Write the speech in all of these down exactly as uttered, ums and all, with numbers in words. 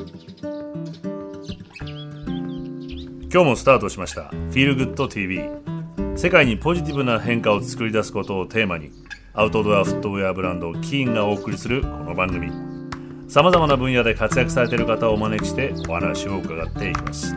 今日もスタートしましたフィールグッド ティービー。 世界にポジティブな変化を作り出すことをテーマに、アウトドアフットウェアブランドキーンがお送りするこの番組、さまざまな分野で活躍されている方をお招きしてお話を伺っていきます。フ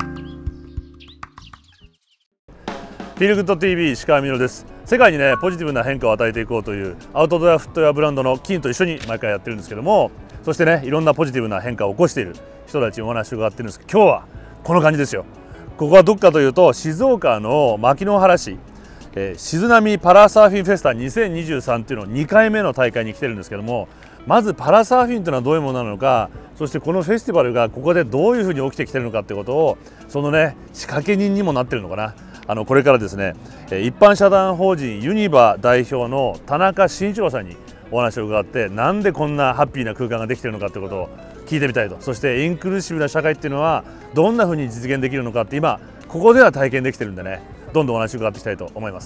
ィールグッド ティービー 石川みのるです。世界にねポジティブな変化を与えていこうというアウトドアフットウェアブランドのキーンと一緒に毎回やってるんですけども、そしてねいろんなポジティブな変化を起こしている人たちにお話を伺ってるんですけど、今日はこの感じですよ。ここはどこかというと静岡の牧之原市、えー、静波パラサーフィンフェスタにせんにじゅうさんっていうのにかいめの大会に来てるんですけども、まずパラサーフィンというのはどういうものなのか、そしてこのフェスティバルがここでどういうふうに起きてきてるのかってことを、そのね仕掛け人にもなってるのかな、あのこれからですね一般社団法人ユニバ代表の田中慎一郎さんにお話を伺って、なんでこんなハッピーな空間ができているのかってことを聞いてみたいと。そしてインクルーシブな社会っていうのはどんなふうに実現できるのかって、今ここでは体験できてるんでね、どんどんお話を伺っていきたいと思います。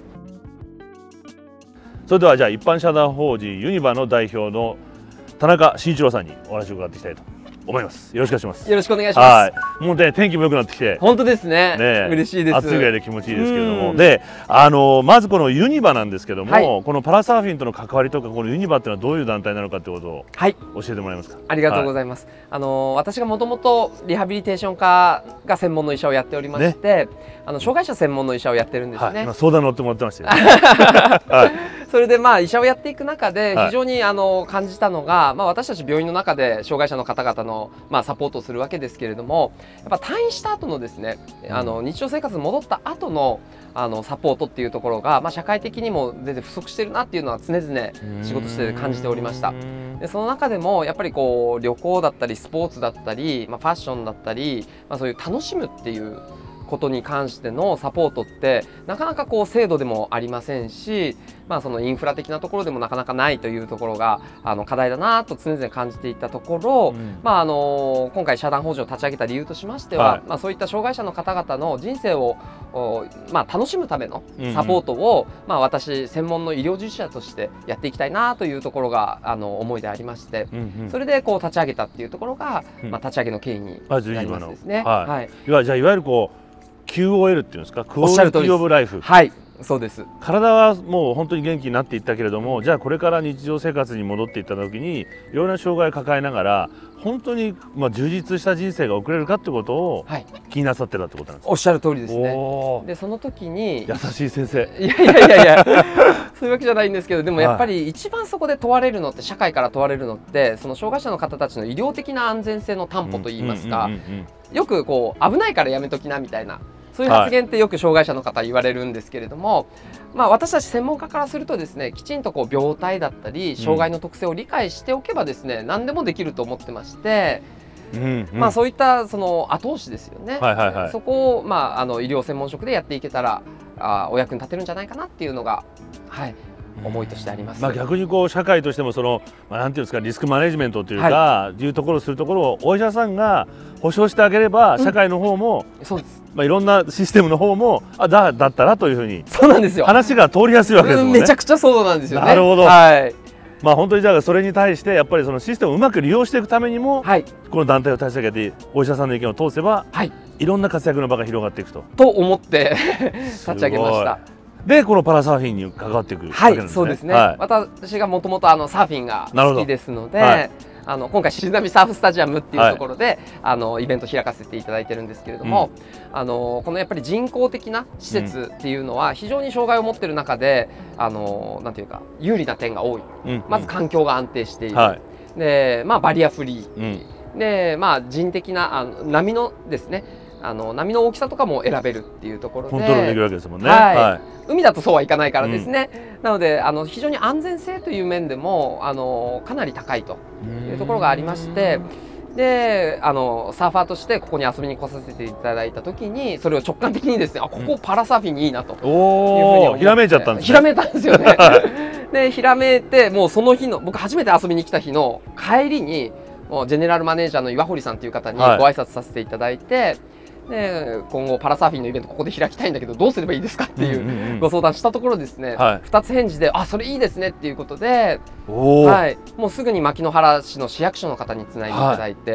それではじゃあ一般社団法人ユニバの代表の田中慎一郎さんにお話を伺っていきたいと思います。よろしくお願いします。 よろしくお願いします。はい、 もうね天気も良くなってきて、 本当ですね。ね、嬉しいです。 暑いぐらいで気持ちいいですけれども、で、あのまずこのユニバなんですけども、はい、このパラサーフィンとの関わりとか、このユニバっていうのはどういう団体なのかってことを教えてもらえますか。はい、 ありがとうございます。はい、あの私がもともとリハビリテーション科が専門の医者をやっておりまして、ね、あの障害者専門の医者をやってるんですね。はい、 今相談乗ってもらってましたよ、ね。 はい、それでまあ医者をやっていく中で非常にあの感じたのが、まあ、私たち病院の中で障害者の方々のまあサポートをするわけですけれども、やっぱ退院した後のですね、あの日常生活に戻った後のあのサポートっていうところが、まあ、社会的にも全然不足してるなっていうのは常々仕事して感じておりました。でその中でもやっぱりこう旅行だったりスポーツだったり、まあ、ファッションだったり、まあ、そういう楽しむっていうことに関してのサポートってなかなかこう制度でもありませんし、まあ、そのインフラ的なところでもなかなかないというところがあの課題だなと常々感じていたところ、うん、まあ、あの今回社団法人を立ち上げた理由としましては、はい、まあ、そういった障害者の方々の人生を、まあ、楽しむためのサポートを、うんうん、まあ、私専門の医療従事者としてやっていきたいなというところがあの思いでありまして、うんうん、それでこう立ち上げたっていうところが、うん、まあ、立ち上げの経緯になりますですね。 はいはい、いわじゃあいわゆるこうキューオーエル っていうんですか、クオリティオブライフ。 はい、そうです。 体はもう本当に元気になっていったけれども、じゃあこれから日常生活に戻っていった時にいろんな障害を抱えながら本当にまあ充実した人生が送れるかってことを気になさってたってことなんですか。 おっしゃる通りですね。でその時に優しい先生。 いやいやいやいやそういうわけじゃないんですけど、でもやっぱり一番そこで問われるのって、社会から問われるのってその障害者の方たちの医療的な安全性の担保といいますか、よくこう危ないからやめときなみたいな、そういう発言ってよく障害者の方言われるんですけれども、はい、まあ、私たち専門家からするとですね、きちんとこう病態だったり障害の特性を理解しておけばですね、うん、何でもできると思ってまして、うんうん、まあ、そういったその後押しですよね。はいはいはい、そこを、まあ、あの医療専門職でやっていけたらあお役に立てるんじゃないかなっていうのが、はい、思いとしてあります。 まあ、逆にこう社会としてもその、まあ、なんていうんですか、リスクマネジメントというか、はい、いうところをするところをお医者さんが保証してあげれば、社会の方も、うん、そうです。まあ、いろんなシステムの方もあ だ, だったらというふうに、そうなんですよ、話が通りやすいわけですもんね。 めちゃくちゃそうなんですよね。 なるほど。はい、まあ、本当にじゃあそれに対してやっぱりそのシステムをうまく利用していくためにも、はい、この団体を立ち上げてお医者さんの意見を通せば、はい、いろんな活躍の場が広がっていくとと思って立ち上げました。 でこのパラサーフィンに関わっていくわけなんですね。はい、そうですね。はい、 私がもともとサーフィンが好きですので、はい、あの今回静波サーフスタジアムっていうところで、はい、あのイベント開かせていただいてるんですけれども、うん、あのこのやっぱり人工的な施設っていうのは非常に障害を持っている中で、あのなんていうか有利な点が多い。うん、まず環境が安定している。はい、で、まあ、バリアフリー。うん、で、まあ、人的なあの波のですね、あの波の大きさとかも選べるっていうところでコントロールできるわけですもんね。 はいはい、海だとそうはいかないからですね、うん、なのであの非常に安全性という面でもあのかなり高いというところがありまして、であのサーファーとしてここに遊びに来させていただいた時にそれを直感的にですね、あここパラサーフィンにいいなというふうに思って、ひらめいちゃったんですね。ひらめいたんですよね。でひらめいて、もうその日の僕初めて遊びに来た日の帰りにもうジェネラルマネージャーの岩堀さんという方にご挨拶させていただいて、はい、で今後パラサーフィンのイベントここで開きたいんだけどどうすればいいですかっていうご相談したところですね、はい、ふたつ返事であそれいいですねっていうことで、はい、もうすぐに牧之原市の市役所の方につないでいただいて、はい、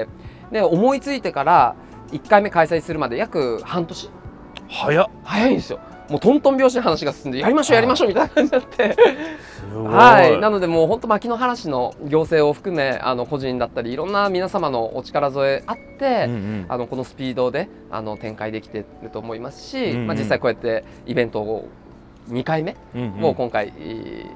で思いついてからいっかいめ開催するまで約半年。 早っ。 早いんですよ。もうトントン拍子に話が進んでやりましょうやりましょうみたいな感じになってすごい。 はい、なのでもう本当牧之原市の行政を含めあの個人だったりいろんな皆様のお力添えあって、 うんうん、 あのこのスピードであの展開できていると思いますし、 うんうん、 まあ、実際こうやってイベントをにかいめを今回、うんうん、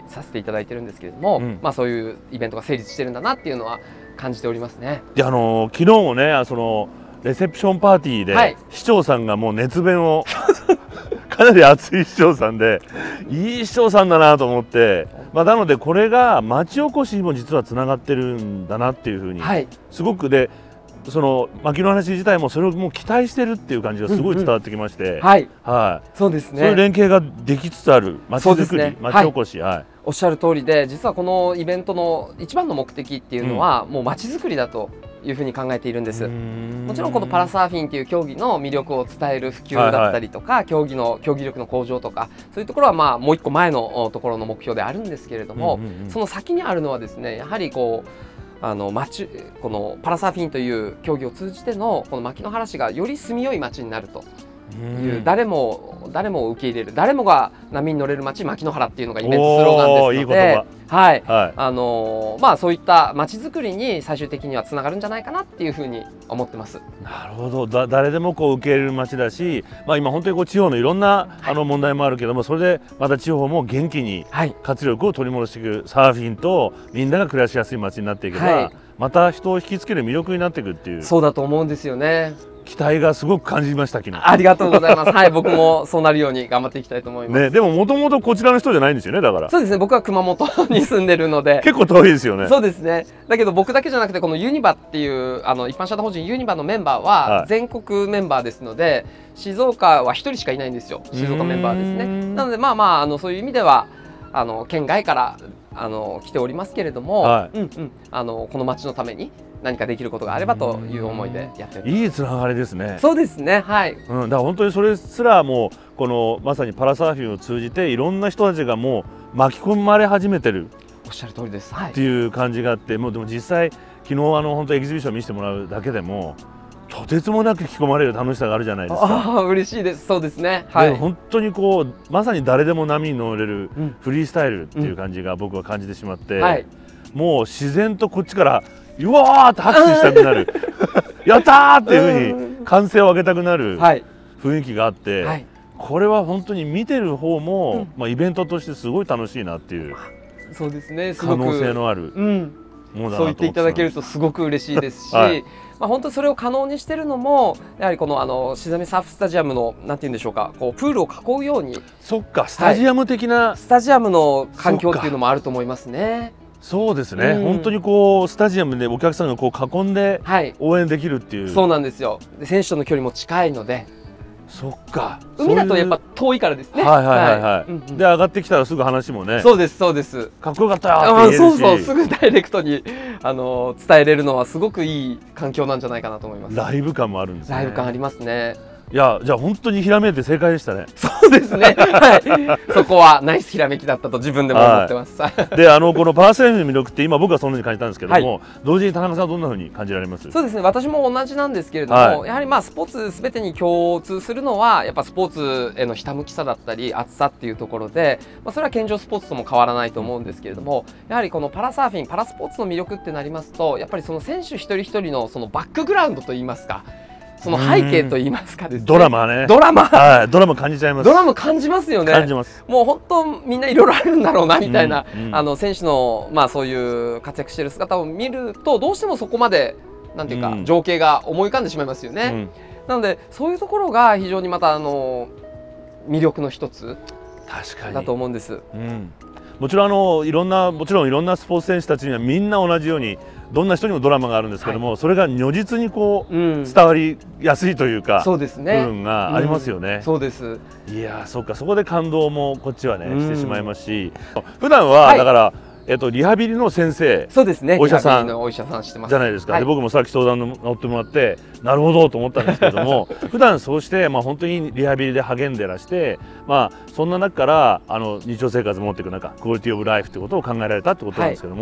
させていただいてるんですけれども、うん、まあ、そういうイベントが成立してるんだなっていうのは感じておりますね。 であの昨日もねそのレセプションパーティーで、はい、市長さんがもう熱弁をかなり熱い市長さんでいい市長さんだなと思って、まあ、なのでこれが町おこしにも実はつながってるんだなっていうふうに、はい、すごくでその牧之原市自体もそれをもう期待してるっていう感じがすごい伝わってきまして、うんうん、はい、はい、そうですね。そういう連携ができつつある町づくり、ね、町おこし、はいはい、 おっしゃる通りで、実はこのイベントの一番の目的っていうのは、うん、もう町づくりだというふうに考えているんです。もちろんこのパラサーフィンという競技の魅力を伝える普及だったりとか、はいはい、競技の競技力の向上とかそういうところはまあもう一個前のところの目標であるんですけれども、うんうんうん、その先にあるのはですね、やはりこうあの町このパラサーフィンという競技を通じてのこの牧之原市がより住みよい町になるという、うん、誰も誰も受け入れる誰もが波に乗れる町牧之原っていうのがイベントスローガンですので、いい言葉、はい、はい、あのまあそういった町づくりに最終的にはつながるんじゃないかなっていうふうに思ってます。 なるほど。だ誰でもこう受け入れる町だし、まあ、今本当にこう地方のいろんな、はい、あの問題もあるけども、それでまた地方も元気に活力を取り戻していく、サーフィンとみんなが暮らしやすい町になっていけば、はい、また人を引きつける魅力になっていくっていう、 そうだと思うんですよね。 期待がすごく感じました昨日。 ありがとうございます。はい、僕もそうなるように頑張っていきたいと思います。 ね、でももともとこちらの人じゃないんですよね、だから。 そうですね、僕は熊本に住んでるので。 結構遠いですよね。 そうですね。だけど僕だけじゃなくてこのユニバっていうあの一般社団法人ユニバのメンバーは全国メンバーですので、はい、静岡はひとりしかいないんですよ。静岡メンバーですね。なのでまあまああのそういう意味ではあの県外からあの来ておりますけれども、はい、うんうん、あのこの町のために何かできることがあればという思いでやっております。 いいつながりですね。 そうですね、はい、 うん、だから本当にそれすらもうこのまさにパラサーフィンを通じていろんな人たちがもう巻き込まれ始めてるおっしゃる通りです、はい、 っていう感じがあって、もうでも実際昨日あの本当エキシビション見せてもらうだけでもとてつもなく引き込まれる楽しさがあるじゃないですか。 ああ、嬉しいです。そうですね、はい、 本当にこうまさに誰でも波に乗れるフリースタイルっていう感じが僕は感じてしまって、うん、はい、もう自然とこっちからうわーって拍手したくなるやったーっていうふうに歓声を上げたくなる雰囲気があって、はい、これは本当に見てる方も、うん、まあ、イベントとしてすごい楽しいなっていう、 そうですね、すごく可能性のあるものだなと思ってます。 そう言っていただけるとすごく嬉しいですし、はい、まあ、本当にそれを可能にしているのもやはりこのあのしざみサーフスタジアムのなんて言うんでしょうか、こうプールを囲うように、 そっか、スタジアム的な、 はい、スタジアムの環境っていうのもあると思いますね。 そうですね、うん、本当にこうスタジアムでお客さんがこう囲んで応援できるっていう、はい、 そうなんですよ。で選手との距離も近いので、 そっか、 海だとやっぱ遠いからですね。 はいはいはいはい、うんうん、で上がってきたらすぐ話もね、 そうですそうです、 かっこよかったよって言えるし、 そうそう、すぐダイレクトにあの伝えれるのはすごくいい環境なんじゃないかなと思います。 ライブ感もあるんですね。 ライブ感ありますね。 いや、じゃあ本当にひらめいて正解でしたね。 そうですね、はい、そこはナイスひらめきだったと自分でも思ってます。はい、 で、あのこのパラセーフの魅力って今僕はそんなに感じたんですけども、はい、同時に田中さんはどんな風に感じられます？ そうですね、私も同じなんですけれども、はい、やはりまあスポーツすべてに共通するのはやっぱスポーツへのひたむきさだったり熱さっていうところで、まあ、それは健常スポーツとも変わらないと思うんですけれども、やはりこのパラサーフィンパラスポーツの魅力ってなりますと、やっぱりその選手一人一人のそのバックグラウンドといいますか、その背景といいますかですね、 ドラマね、 ドラマ、 はい、ドラマ感じちゃいます。 ドラマ感じますよね。 感じます。 もう本当みんないろいろあるんだろうなみたいな、うんうん、あの選手のまあそういう活躍している姿を見るとどうしてもそこまでなんていうか、うん、情景が思い浮かんでしまいますよね。うん、なのでそういうところが非常にまたあの魅力の一つだと思うんです。 うん、もちろんあのいろんなもちろんいろんなスポーツ選手たちにはみんな同じようにどんな人にもドラマがあるんですけども、はい、それが如実にこう、うん、伝わりやすいというか、 そうですね、 部分がありますよね。 うん、そうです。 いや、そうか、そこで感動もこっちはね、うん、してしまいますし、普段は、はい、だから。えっと、リハビリの先生、 そうですね、 お医者さんのお医者さんしてますじゃないですか。 はい、 で僕もさっき相談に乗ってもらってなるほどと思ったんですけれども普段そうして、まあ、本当にリハビリで励んでらして、まあ、そんな中からあの日常生活を持っていく中クオリティオブライフってことを考えられたってことなんですけども、はい、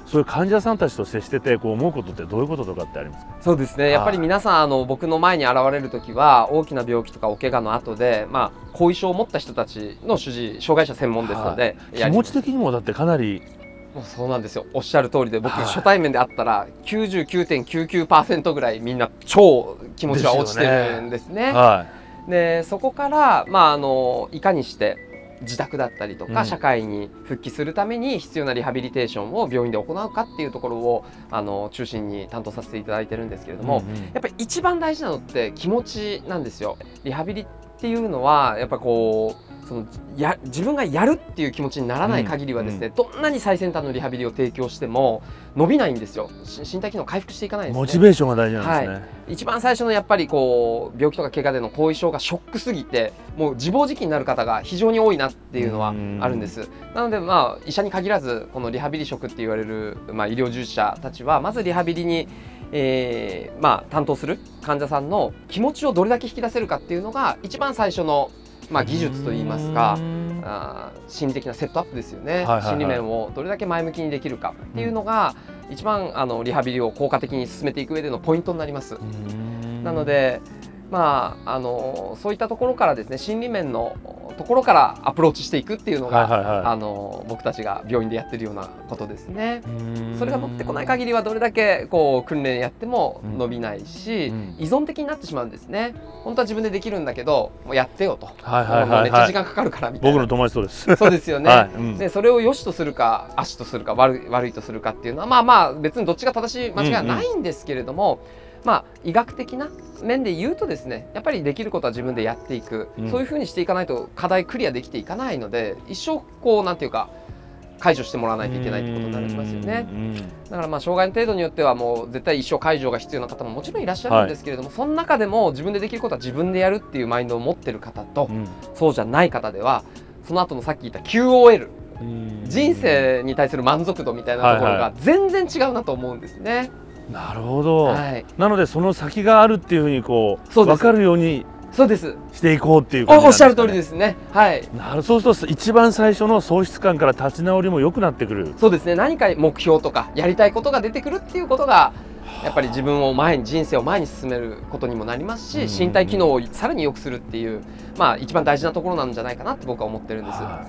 そういう患者さんたちと接しててこう思うことってどういうこととかってありますか？ そうですね、やっぱり皆さんあの僕の前に現れるときは大きな病気とかお怪我の後で、まあ、後遺症を持った人たちの主治障害者専門ですので、 はい、気持ち的にもだってかなりもうそうなんですよ、おっしゃる通りで、僕、 はい、 初対面で会ったら きゅうじゅうきゅうてんきゅうきゅうパーセント ぐらいみんな超気持ちは落ちてるんですね。 はい、 でそこから、まあ、あのいかにして自宅だったりとか、うん、社会に復帰するために必要なリハビリテーションを病院で行うかっていうところをあの中心に担当させていただいてるんですけれども、うんうん、やっぱり一番大事なのって気持ちなんですよ。リハビリっていうのはやっぱこうそのや自分がやるっていう気持ちにならない限りはですね、うんうん、どんなに最先端のリハビリを提供しても伸びないんですよ。身体機能回復していかないですね。 モチベーションが大事なんですね。 はい、一番最初のやっぱりこう病気とか怪我での後遺症がショックすぎてもう自暴自棄になる方が非常に多いなっていうのはあるんです。なのでまあ医者に限らずこのリハビリ職って言われる、まあ、医療従事者たちはまずリハビリにえーまあ、担当する患者さんの気持ちをどれだけ引き出せるかっていうのが一番最初の、まあ、技術といいますかあ心理的なセットアップですよね、はいはいはい、心理面をどれだけ前向きにできるかっていうのが一番あのリハビリを効果的に進めていく上でのポイントになります。なので、まあ、あのそういったところからですね心理面のところからアプローチしていくっていうのが、はいはいはい、あの僕たちが病院でやってるようなことですね。それが乗ってこない限りはどれだけこう訓練やっても伸びないし、うん、依存的になってしまうんですね。本当は自分でできるんだけどもうやってよと、はいはいはいはい、めっちゃ時間かかるからみたいな。 僕の友達そうですそうですよね、 はい、うん、 でそれを良しとするか悪しとするか 悪, 悪いとするかっていうのはまあまあ別にどっちが正しい間違いはないんですけれども、うんうん、まあ、医学的な面で言うとですねやっぱりできることは自分でやっていく、うん、そういうふうにしていかないと課題クリアできていかないので一生こうなんていうか解除してもらわないといけないってことになりますよね。だからまあ障害の程度によってはもう絶対一生解除が必要な方ももちろんいらっしゃるんですけれども、はい、その中でも自分でできることは自分でやるっていうマインドを持ってる方と、うん、そうじゃない方ではその後のさっき言った キューオーエル 人生に対する満足度みたいなところが全然違うなと思うんですね。 なるほど、はい、なのでその先があるっていうふうにこう分かるようにそうですしていこうっていう感じなんですかね。 おっしゃる通りですね。はい。 なるそうすると一番最初の喪失感から立ち直りも良くなってくる。 そうですね。何か目標とかやりたいことが出てくるっていうことがやっぱり自分を前に人生を前に進めることにもなりますし、身体機能をさらに良くするっていうまあ一番大事なところなんじゃないかなって僕は思ってるんです。 はい、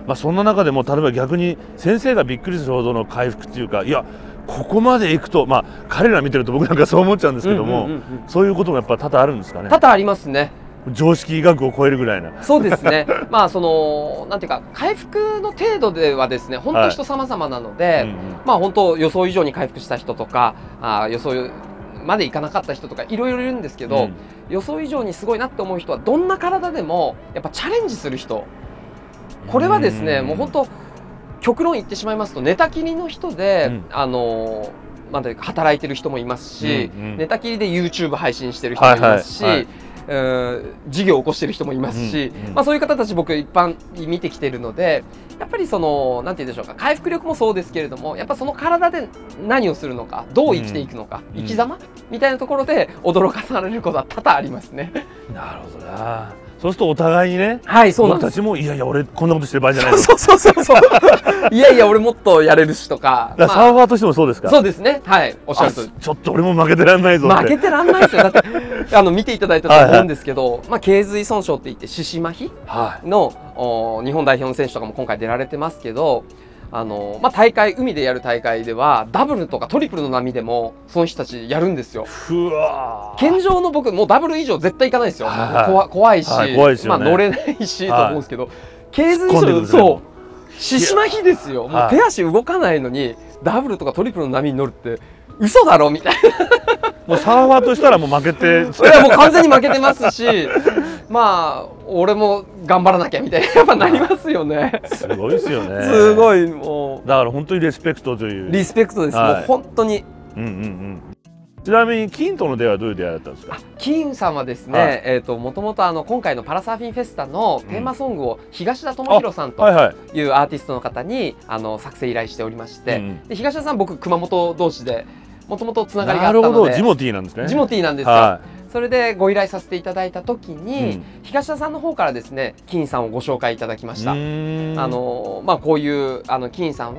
まあそんな中でも例えば逆に先生がびっくりするほどの回復っていうかいやここまでいくと、まあ、彼ら見てると僕なんかそう思っちゃうんですけども、うんうんうんうん、そういうこともやっぱ多々あるんですかね。 多々ありますね。 常識医学を超えるぐらいな。 そうですね。まあそのなんていうか回復の程度ではですね本当人様々なので、はい、うんうん、まあ本当予想以上に回復した人とかあ予想までいかなかった人とかいろいろいるんですけど、うん、予想以上にすごいなって思う人はどんな体でもやっぱチャレンジする人、これはですね、うん、もう本当極論言ってしまいますと寝たきりの人で、うん、あのまあ、働いてる人もいますし、うんうん、寝たきりで YouTube 配信してる人もいますし、はいはいはい、えー、事業を起こしてる人もいますし、うんうん、まあ、そういう方たち僕一般に見てきてるのでやっぱりそのなんて言うんでしょうか回復力もそうですけれどもやっぱその体で何をするのかどう生きていくのか、うん、生き様みたいなところで驚かされることは多々ありますね。 なるほどな。そうするとお互いにね、 はい、そうなんです。 僕たちもいやいや俺こんなことしてる場合じゃないぞ。 そうそうそうそういやいや俺もっとやれるしとか。 だからサーファーとしてもそうですか。 そうですね。はい。おっしゃると。 ちょっと俺も負けてらんないぞって。 負けてらんないですよ。だってあの見ていただいたと思うんですけど、はいはい、まあ頸髄損傷って言って四肢麻痺の、はい、日本代表の選手とかも今回出られてますけど。あのまあ、大会海でやる大会ではダブルとかトリプルの波でもその人たちやるんですよ。 ふわ健常の僕もうダブル以上絶対いかないですよ、はい、怖, 怖いし、はい怖いですよね、まあ、乗れないし、はい、と思うんですけど頸髄症そう四肢麻痺ですよ。もう手足動かないのにダブルとかトリプルの波に乗るって嘘だろみたいなもうサーファーとしたらもう負けていやもう完全に負けてますしまあ俺も頑張らなきゃみたいなやっぱなりますよね。 すごいですよね。 すごいもうだから本当にリスペクトというリスペクトです、はい、もう本当に、 うんうんうん、ちなみにキンとの出会いはどういう出会いだったんですか。 キンさんはですね、はい、えーともともとあの今回のパラサーフィンフェスタのテーマソングを東田智弘さんというアーティストの方にあの作成依頼しておりまして、うん、で東田さん僕熊本同士でもともとつながりがあったので。なるほど、 ジモティーなんですね。 ジモティーなんですよ、はい、それでご依頼させていただいた時に、うん、東田さんの方からですねキンさんをご紹介いただきました。あの、まあ、こういうあのキンさんは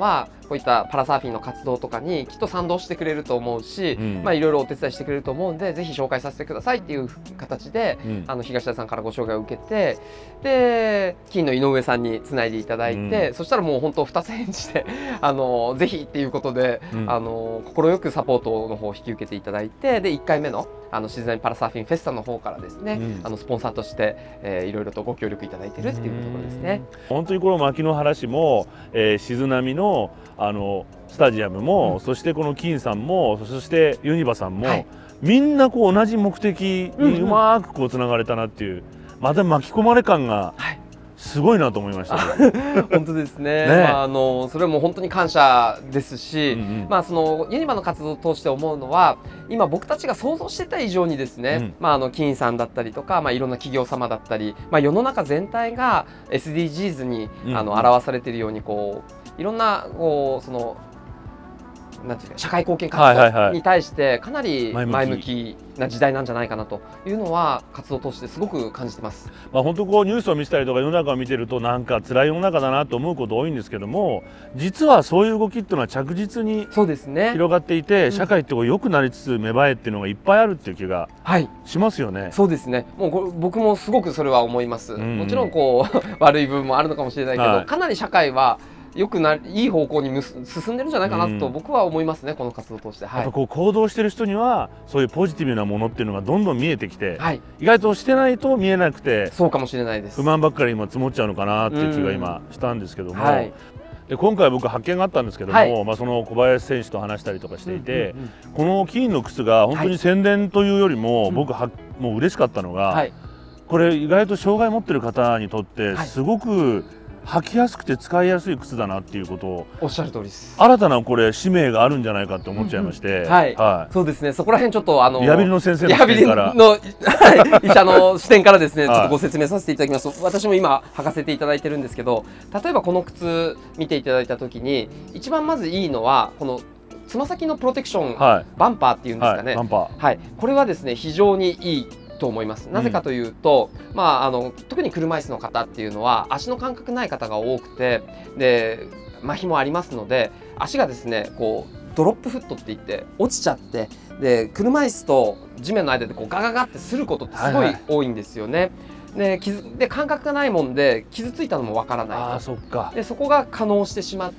こういったパラサーフィンの活動とかにきっと賛同してくれると思うし、 うん、 まあいろいろお手伝いしてくれると思うんで、ぜひ紹介させてくださいっていう形で、 うん、 あの東田さんからご紹介を受けて、で金の井上さんにつないでいただいて、うん、そしたらもう本当ふたつ返事であのぜひっていうことで、うん、あの快くサポートの方を引き受けていただいて、でいっかいめのあの静波パラサーフィンフェスタの方からですね、うん、あのスポンサーとして、えー、いろいろとご協力いただいているっていうところですね。 本当にこの牧之原市も、えー、静波のあのスタジアムも、うん、そしてこの金さんも、そしてユニバさんも、はい、みんなこう同じ目的にうまくこうつながれたなっていう、うんうん、また巻き込まれ感が、はい、すごいなと思いました、ね、 本当ですね。ね、まあ、あのそれも本当に感謝ですし、うんうん、まあそのユニバの活動を通して思うのは、今僕たちが想像してた以上にですね、うん、まああの金さんだったりとか、まあいろんな企業様だったり、まあ世の中全体が エスディージーズ に、うんうん、あの表されているように、こういろんなこうそのなんていうか社会貢献活動に対してかなり前向きな時代なんじゃないかなというのは活動を通してすごく感じてます。 まあ本当こうニュースを見てたりとか世の中を見てるとなんか辛い世の中だなと思うこと多いんですけども、実はそういう動きっていうのは着実に広がっていて、社会ってこう良くなりつつ芽生えっていうのがいっぱいあるっていう気がしますよね。はい、 そうですね。もうこれ僕もすごくそれは思います。うん、もちろんこう悪い部分もあるのかもしれないけど、はい、かなり社会はよくないい方向に進んでるんじゃないかなと僕は思いますね、うん、この活動を通して。はい、 やっぱこう行動してる人にはそういうポジティブなものっていうのがどんどん見えてきて、はい、意外としてないと見えなくて、 そうかもしれないです。 不満ばっかり今積もっちゃうのかなっていう気が今したんですけども、はい、で今回僕発見があったんですけども、はい、まあその小林選手と話したりとかしていて、うんうんうん、この金の靴が本当に宣伝というよりも、はい、僕はもう嬉しかったのが、はい、これ意外と障害持ってる方にとってすごく履きやすくて使いやすい靴だなっていうことをおっしゃる通りです。 新たなこれ使命があるんじゃないかって思っちゃいまして、うんうん、 はい、はい、そうですね。そこら辺ちょっとあのリハビリの先生の視点からリハビリの、はい、医者の視点からですね、ちょっとご説明させていただきますと、私も今履かせていただいてるんですけど、例えばこの靴見ていただいた時に一番まずいいのはこのつま先のプロテクション、はい、バンパーっていうんですかね、はい、バンパー、はい、これはですね非常にいいと思います。なぜかというと、うん、まあ、あの特に車椅子の方っていうのは足の感覚ない方が多くて、で麻痺もありますので、足がですねこうドロップフットって言って落ちちゃって、で車椅子と地面の間でこうガガガってすることってすごい多いんですよね。はいはい、で傷で感覚がないもんで傷ついたのもわからないと。 あ、そっか。 でそこが可能してしまって、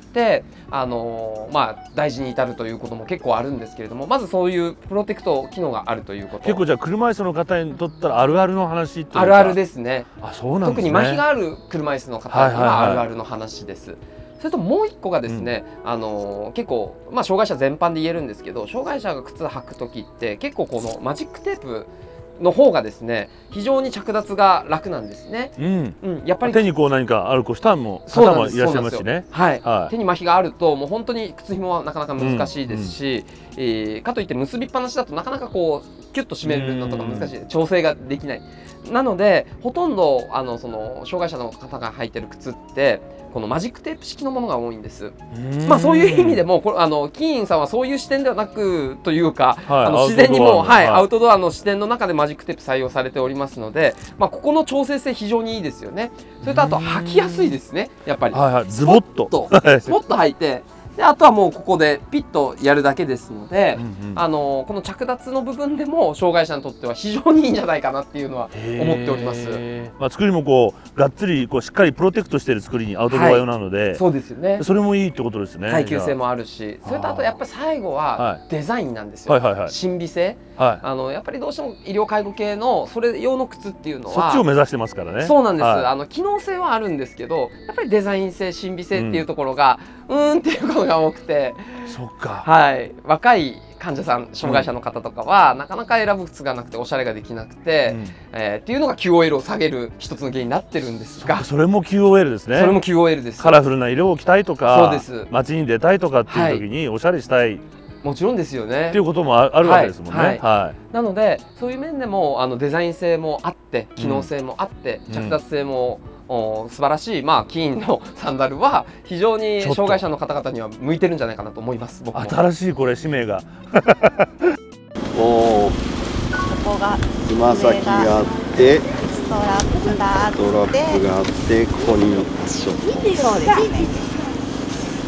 あのー、まあ大事に至るということも結構あるんですけれども、まずそういうプロテクト機能があるということ。 結構じゃあ車椅子の方にとったらあるあるの話っていうか。 あるあるですね。 あ、そうなんですね。 特に麻痺がある車椅子の方にはあるあるの話です。それともう一個がですね、うん、あのー、結構、まあ、障害者全般で言えるんですけど、障害者が靴を履く時って結構このマジックテープの方がですね非常に着脱が楽なんですね。うんうん、やっぱり手にこう何かある人も方もいらっしゃいますしね。 はい、はい、手に麻痺があるともう本当に靴紐はなかなか難しいですし、うんうん、えー、かといって結びっぱなしだとなかなかこうキュッと締めるのとか難しい、調整ができない。なのでほとんどあのその障害者の方が履いてる靴ってこのマジックテープ式のものが多いんです。まあそういう意味でもこれあのキーンさんはそういう視点ではなくというか、はい、あの自然にも、はい、アウトドアの視点の中でマジックテープ採用されておりますので、まあ、ここの調整性非常にいいですよね。それとあと履きやすいですね、やっぱり。 はいはい、ズボッとスポッと履いて、であとはもうここでピッとやるだけですので、うんうん、あのこの着脱の部分でも障害者にとっては非常にいいんじゃないかなっていうのは思っております。 まあ、作りもこうがっつりこうしっかりプロテクトしている作りにアウトドア用なので、はい、 そうですよね。 それもいいってことですね。 耐久性もあるし、それとあとやっぱり最後はデザインなんですよ。はいはいはい、審美性、はい、あのやっぱりどうしても医療介護系のそれ用の靴っていうのはそっちを目指してますからね。 そうなんです。はい、あの機能性はあるんですけど、やっぱりデザイン性、審美性っていうところが、うん、うーんっていうことが多くて。 そっか、 はい、若い患者さん、障害者の方とかは、うん、なかなか選ぶ靴がなくておしゃれができなくて、うん、えー、っていうのが キューオーエル を下げる一つの原因になってるんですが、 それも キューオーエル ですね。 それも キューオーエル です。 カラフルな色を着たいとか、 そうです。 街に出たいとかっていう時におしゃれしたい、はい、 もちろんですよね。 っていうこともあるわけですもんね。はいはい、なのでそういう面でもあのデザイン性もあって機能性もあって、うん、着脱性も、うん、素晴らしい、まあ、金のサンダルは非常に障害者の方々には向いてるんじゃないかなと思います。僕も新しいこれ使命がおお、ここがつま先があってストラップがあってストラップがあってここにショット。そうですね。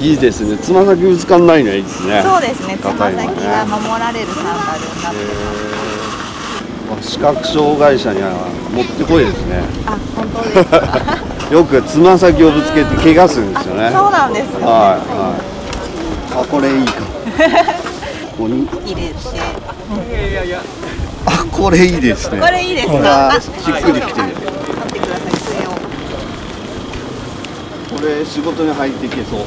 いいですね。つま先ぶつかんないのはいいですね。 そうですね。つま硬いのね先が守られるサンダルになってます。 視覚障害者にはもってこいですね。 あ、本当ですか。 よくつま先をぶつけて怪我するんですよね。 そうなんですよ、ね。 はいはい。あ、これいいか。ここに入れて。 あ、これいいですね。 これいいですか。 あ、しっくりきてる。 持ってください。それを。 これ仕事に入っていけそう。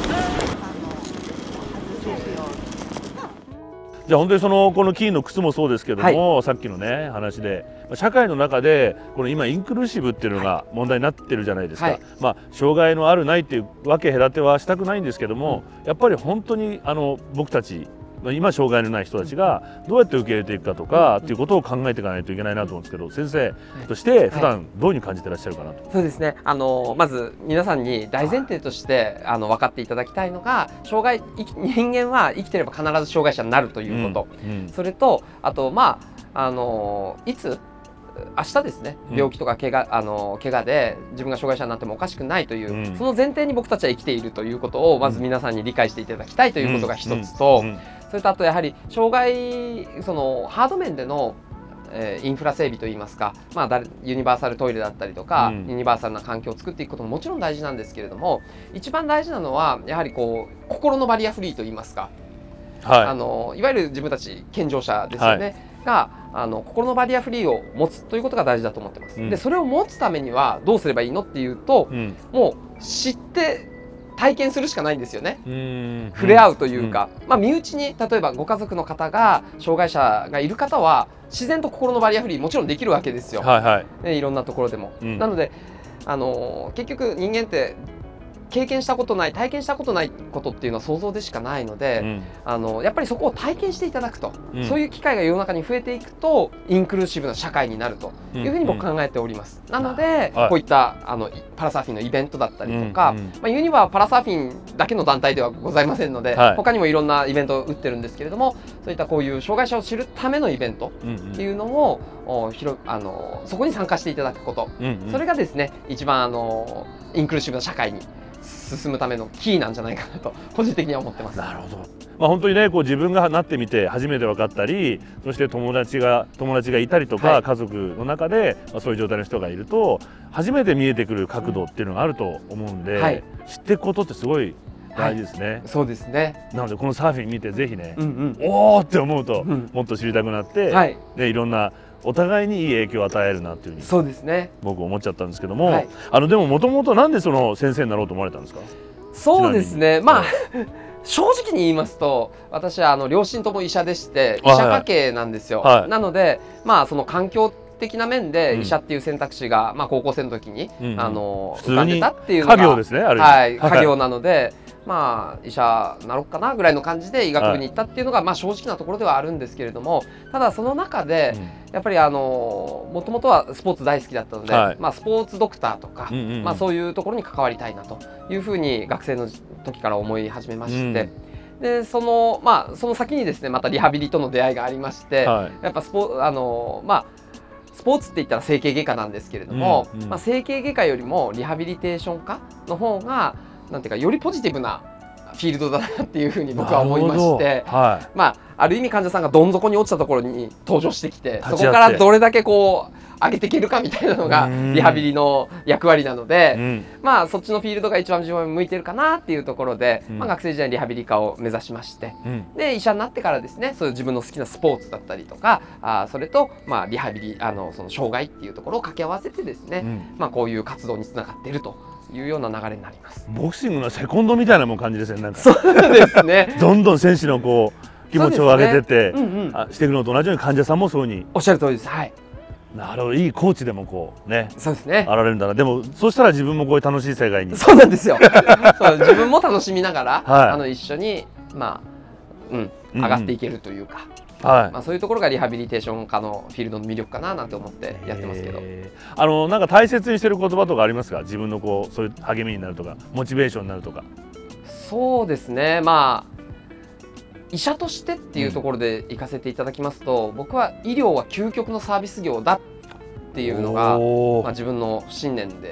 じゃあ本当にそのこのキーの靴もそうですけども、はい、さっきのね話で社会の中でこの今インクルーシブっていうのが問題になってるじゃないですか、はい、まあ障害のあるないっていうわけ隔てはしたくないんですけども、うん、やっぱり本当にあの僕たち今障害のない人たちがどうやって受け入れていくかとかっていうことを考えていかないといけないなと思うんですけど、先生として普段どういうふうに感じてらっしゃるかなと。 はい、そうですね。あのまず皆さんに大前提としてあの分かっていただきたいのが、障害人間は生きてれば必ず障害者になるということ、うんうん、それとあとまああのいつ明日ですね、病気とか怪我、うん、あの怪我で自分が障害者になってもおかしくないという、うん、その前提に僕たちは生きているということをまず皆さんに理解していただきたいということが一つと、それとあとやはり障害そのハード面での、えー、インフラ整備といいますか、まあ、ユニバーサルトイレだったりとか、うん、ユニバーサルな環境を作っていくことももちろん大事なんですけれども、一番大事なのはやはりこう心のバリアフリーといいますか、はい、あのいわゆる自分たち健常者ですよね、はい、があの心のバリアフリーを持つということが大事だと思ってます。うん、でそれを持つためにはどうすればいいのっていうと、うん、もう知って体験するしかないんですよね。触れ合うというか、うん、まあ、身内に例えばご家族の方が障害者がいる方は自然と心のバリアフリーもちろんできるわけですよ、はいはい、でいろんなところでも、うん、なのであの結局人間って経験したことない体験したことないことっていうのは想像でしかないので、うん、あのやっぱりそこを体験していただくと、うん、そういう機会が世の中に増えていくとインクルーシブな社会になるというふうに僕考えております。うん、なので、うん、こういったあのパラサーフィンのイベントだったりとか、うんうん、まあ、ユニバはパラサーフィンだけの団体ではございませんので、はい、他にもいろんなイベントを打ってるんですけれども、そういったこういう障害者を知るためのイベントっていうのを、うんうん、広あのそこに参加していただくこと、うんうん、それがですね一番あのインクルーシブな社会に進むためのキーなんじゃないかなと個人的には思ってます。 なるほど。まあ、本当にねこう自分がなってみて初めて分かったり、そして友達が友達がいたりとか、はい、家族の中で、まあ、そういう状態の人がいると初めて見えてくる角度っていうのがあると思うんで、はい、知っていくことってすごい大事ですね。はい、 そうですね。 なのでこのサーフィン見てぜひね、うんうん、おーって思うと、うん、もっと知りたくなって、はい、でいろんなお互いにいい影響を与えるなっていうふうにそうですね僕思っちゃったんですけども、はい、あのでももともとなんでその先生になろうと思われたんですか？ そうですね、まあ正直に言いますと私はあの両親とも医者でして医者家系なんですよ。はい、なのでまあその環境的な面で医者っていう選択肢が、うん、まあ高校生の時に、うん、あの浮かんでたっていうのが家業ですね、ある意味、 はい、家業なので、まあ医者なろうかなぐらいの感じで医学部に行ったっていうのが、はい、まあ正直なところではあるんですけれども、ただその中で、うん、やっぱりあのもともとはスポーツ大好きだったので、はい、まあスポーツドクターとか、うんうんうん、まあそういうところに関わりたいなというふうに学生の時から思い始めまして。うん、でそのまあその先にですねまたリハビリとの出会いがありまして、はい、やっぱスポあのまあスポーツって言ったら整形外科なんですけれども、うんうん、まあ、整形外科よりもリハビリテーション科の方がなんていうかよりポジティブなフィールドだなっていうふうに僕は思いまして、はい、まあある意味患者さんがどん底に落ちたところに登場してきて、そこからどれだけこう上げていけるかみたいなのがリハビリの役割なので、うん、まあそっちのフィールドが一番自分に向いてるかなっていうところで、うん、まあ、学生時代にリハビリ科を目指しまして、うん、で医者になってからですねそういう自分の好きなスポーツだったりとかあそれとまあリハビリあのその障害っていうところを掛け合わせてですね、うん、まあこういう活動につながっているというような流れになります。 ボクシングのセコンドみたいなもん感じですね。なんかそうですねどんどん選手のこう気持ちを上げてって、ね、うんうん、あしていくのと同じように患者さんもそうにおっしゃる通りです。はい、 なるほど、いいコーチでもこうね、 そうですね、 現れるんだな。でもそうしたら自分もこういう楽しい世界にそうなんですよそう自分も楽しみながら、はい、あの一緒にまあ、うん、上がっていけるというか、うんうん、はい、まあ、そういうところがリハビリテーション科のフィールドの魅力かななんて思ってやってますけど、 あのなんか大切にしてる言葉とかありますか？自分のこうそういう励みになるとかモチベーションになるとか。 そうですね、まあ医者としてっていうところで行かせていただきますと、うん、僕は医療は究極のサービス業だっていうのが、まあ、自分の信念で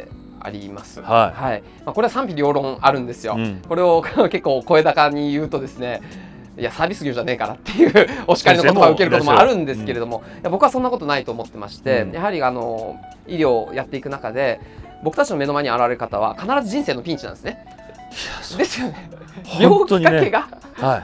あります。 はいはい、まあ、これは賛否両論あるんですよ。 うん、 これを結構声高に言うとですね、いやサービス業じゃねえからっていうお叱りの言葉を受けることもあるんですけれども、いや僕はそんなことないと思ってまして、うん、やはりあの医療をやっていく中で僕たちの目の前に現れる方は必ず人生のピンチなんですね。ですよね。病気かけが、はい、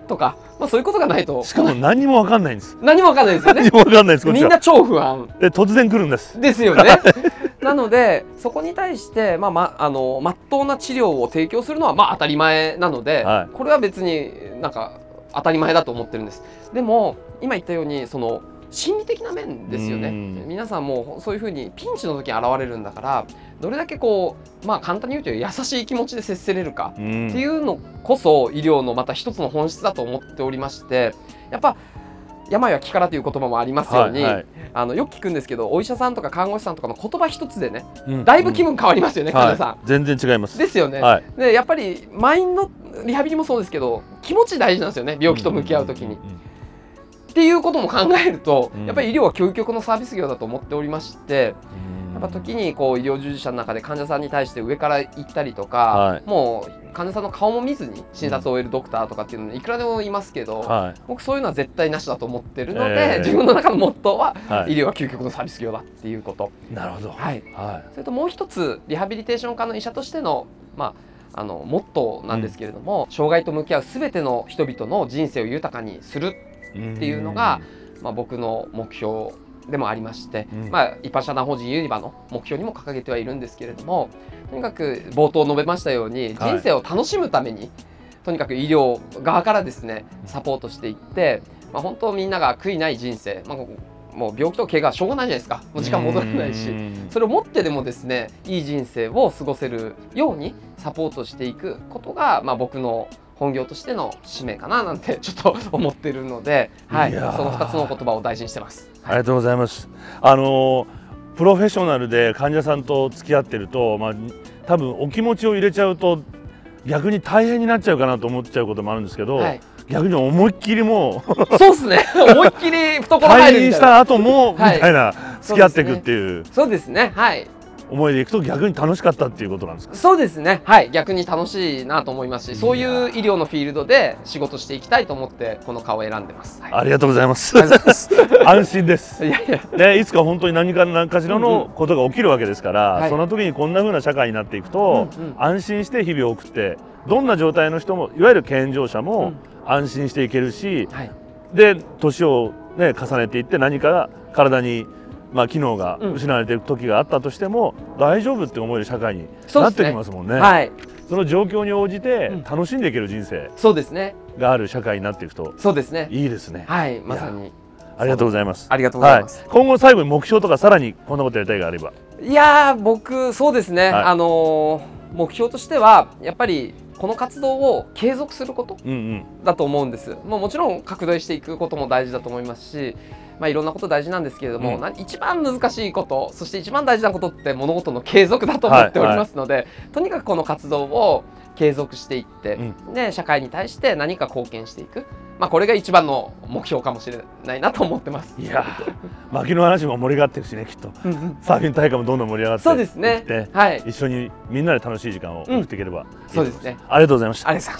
とか、まあ、そういうことがないと、 しかも何も分かんないんです。 何も分かんないですよね。 何も分かんないです。 みんな超不安で突然来るんですですよね。なのでそこに対して、まあまあの真っ当な治療を提供するのはまあ当たり前なので、はい、これは別になんか当たり前だと思ってるんです。でも今言ったようにその心理的な面ですよね。皆さんもそういうふうにピンチの時に現れるんだから、どれだけこうまあ簡単に言うと優しい気持ちで接せれるかっていうのこそ医療のまた一つの本質だと思っておりまして、やっぱ病は気からという言葉もありますように、はいはい、あのよく聞くんですけど、お医者さんとか看護師さんとかの言葉一つでね、うん、だいぶ気分変わりますよね、うん、患者さん、はい、 全然違いますですよね、はい、でやっぱりマインドリハビリもそうですけど気持ち大事なんですよね、病気と向き合う時に、うんうんうんうん、っていうことも考えると、うん、やっぱり医療は究極のサービス業だと思っておりまして、やっぱ時にこう医療従事者の中で患者さんに対して上から行ったりとか、はい、もう患者さんの顔も見ずに診察を終えるドクターとかっていうのいくらでもいますけど、はい、僕そういうのは絶対なしだと思ってるので、えー、自分の中のモットーは、はい、医療は究極のサービス業だっていうこと。 なるほど、 はいはい、それともう一つリハビリテーション科の医者としての、まあ、あのモットーなんですけれども、うん、障害と向き合う全ての人々の人生を豊かにするっていうのが、まあ、僕の目標でもありまして、うん、まあ、一般社団法人ユニバの目標にも掲げてはいるんですけれども、とにかく冒頭述べましたように人生を楽しむために、はい、とにかく医療側からですねサポートしていって、まあ、本当みんなが悔いない人生、まあ、もう病気と怪我はしょうがないじゃないですか、もう時間戻らないし、それを持ってでもですねいい人生を過ごせるようにサポートしていくことが、まあ、僕の本業としての使命かななんてちょっと思ってるので、はい、そのふたつの言葉を大事にしてます。 はい、ありがとうございます。あのプロフェッショナルで患者さんと付き合ってると、まあ、多分お気持ちを入れちゃうと逆に大変になっちゃうかなと思っちゃうこともあるんですけど、はい、逆に思いっきりもうそうですね思いっきり懐入るみたいな、 退院した後もみたいな、はい、付き合っていくっていう、 そうですね、はい、 思いでいくと逆に楽しかったっていうことなんですか。 そうですね、はい、逆に楽しいなと思いますし、そういう医療のフィールドで仕事していきたいと思ってこの顔を選んでます。はい、 ありがとうございます。安心です。いやいや、ね、いつか本当に何か何かしらのことが起きるわけですから、うんうん、その時にこんな風な社会になっていくと、はい、安心して日々を送って、どんな状態の人もいわゆる健常者も安心していけるし、うん、はい、で年を、ね、重ねていって何か体にまあ機能が失われている時があったとしても、うん、大丈夫って思える社会になってきますもんね。そ, ね、はい、その状況に応じて楽しんでいける人生がある社会になっていくと、そうですね、いいですね。 はい、まさにありがとうございます。 ありがとうございます。 はい、今後最後に目標とかさらにこんなことやりたいがあれば。 いやー、僕そうですね、はい、あのー、目標としてはやっぱりこの活動を継続することだと思うんです。うんうん、もうもちろん拡大していくことも大事だと思いますし、まあ、いろんなこと大事なんですけれども、うん、一番難しいこと、そして一番大事なことって物事の継続だと思っておりますので、はいはい、とにかくこの活動を継続していって、うん、で社会に対して何か貢献していく、まあ、これが一番の目標かもしれないなと思ってます。 いや牧の話も盛り上がってるしね、きっとうん、うん、サーフィン大会もどんどん盛り上がってそうですね、はい、 一緒にみんなで楽しい時間を送っていければいい、うん、 そうですね。 ありがとうございました。 ありがとうございます。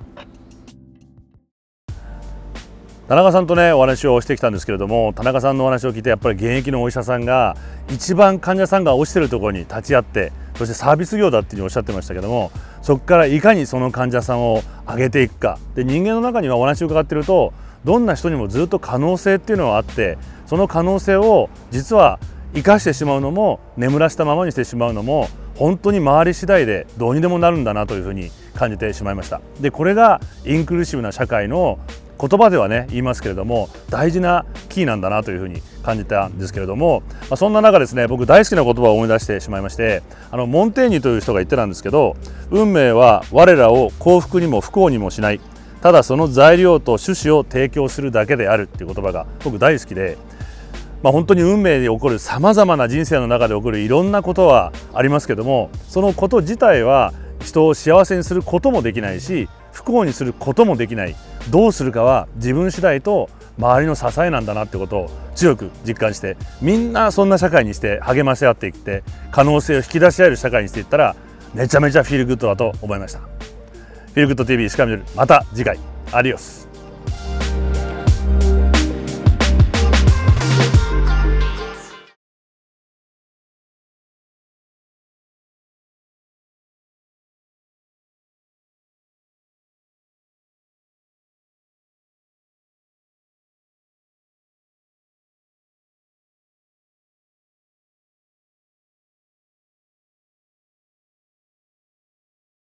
田中さんとねお話をしてきたんですけれども、田中さんのお話を聞いてやっぱり現役のお医者さんが一番患者さんが落ちてるところに立ち会って、そしてサービス業だっていうふうにおっしゃってましたけども、そこからいかにその患者さんを上げていくかで、人間の中にはお話を伺ってるとどんな人にもずっと可能性っていうのがあって、その可能性を実は生かしてしまうのも眠らせたままにしてしまうのも本当に周り次第でどうにでもなるんだなというふうに感じてしまいました。でこれがインクルーシブな社会の言葉ではね言いますけれども大事なキーなんだなというふうに感じたんですけれども、まあ、そんな中ですね、僕大好きな言葉を思い出してしまいまして、あのモンテーニュという人が言ってたんですけど、運命は我らを幸福にも不幸にもしない、ただその材料と種子を提供するだけであるっていう言葉が僕大好きで、まあ、本当に運命で起こるさまざまな人生の中で起こるいろんなことはありますけども、そのこと自体は人を幸せにすることもできないし不幸にすることもできない。どうするかは自分次第と周りの支えなんだなってことを強く実感して、みんなそんな社会にして励まし合っていって可能性を引き出し合える社会にしていったらめちゃめちゃフィールグッドだと思いました。フィールグッド ティーブイ 石川稔、また次回アディオス。